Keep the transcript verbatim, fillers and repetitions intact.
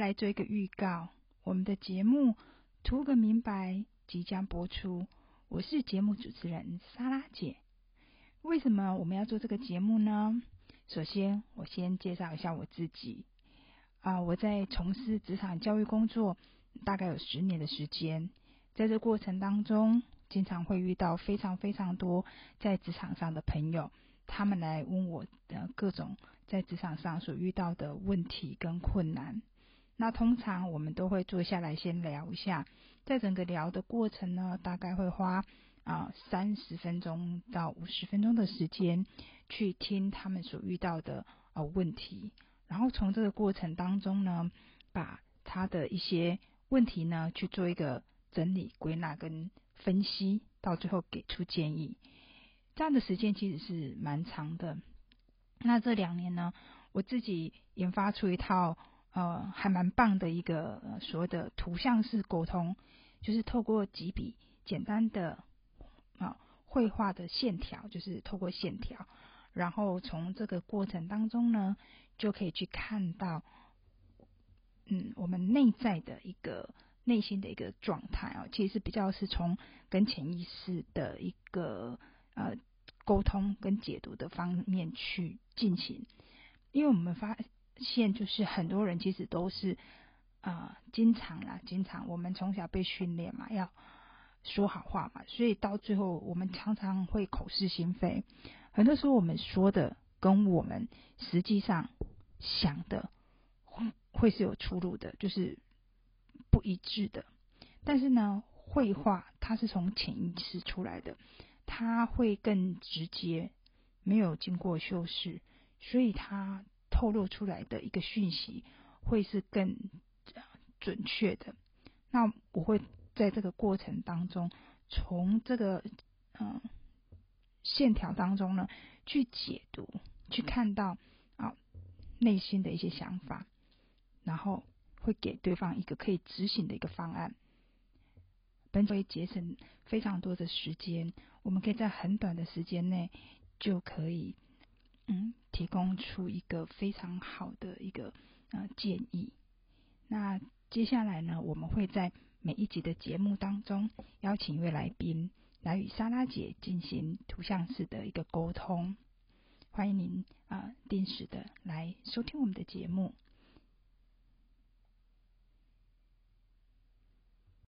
来做一个预告，我们的节目图个明白即将播出，我是节目主持人莎拉姐。为什么我们要做这个节目呢？首先我先介绍一下我自己啊，我在从事职场教育工作大概有十年的时间，在这过程当中经常会遇到非常非常多在职场上的朋友，他们来问我的各种在职场上所遇到的问题跟困难。那通常我们都会坐下来先聊一下，在整个聊的过程呢，大概会花啊三十分钟到五十分钟的时间去听他们所遇到的呃问题，然后从这个过程当中呢，把他的一些问题呢去做一个整理归纳跟分析，到最后给出建议。这样的时间其实是蛮长的。那这两年呢，我自己研发出一套呃还蛮棒的一个、呃、所谓的图像式沟通，就是透过几笔简单的啊绘画的线条，就是透过线条，然后从这个过程当中呢，就可以去看到嗯我们内在的一个内心的一个状态哦，其实是比较是从跟潜意识的一个呃沟通跟解读的方面去进行。因为我们发现就是很多人其实都是呃经常啦经常我们从小被训练嘛，要说好话嘛，所以到最后我们常常会口是心非，很多时候我们说的跟我们实际上想的会是有出入的，就是不一致的。但是呢，绘画它是从潜意识出来的，它会更直接，没有经过修饰，所以它透露出来的一个讯息会是更准确的。那我会在这个过程当中，从这个嗯线条当中呢，去解读，去看到啊内心的一些想法，然后会给对方一个可以执行的一个方案。本会节省非常多的时间，我们可以在很短的时间内就可以嗯提供出一个非常好的一个呃建议。那接下来呢，我们会在每一集的节目当中邀请一位来宾来与莎拉姐进行图像式的一个沟通。欢迎您啊、呃、定时的来收听我们的节目。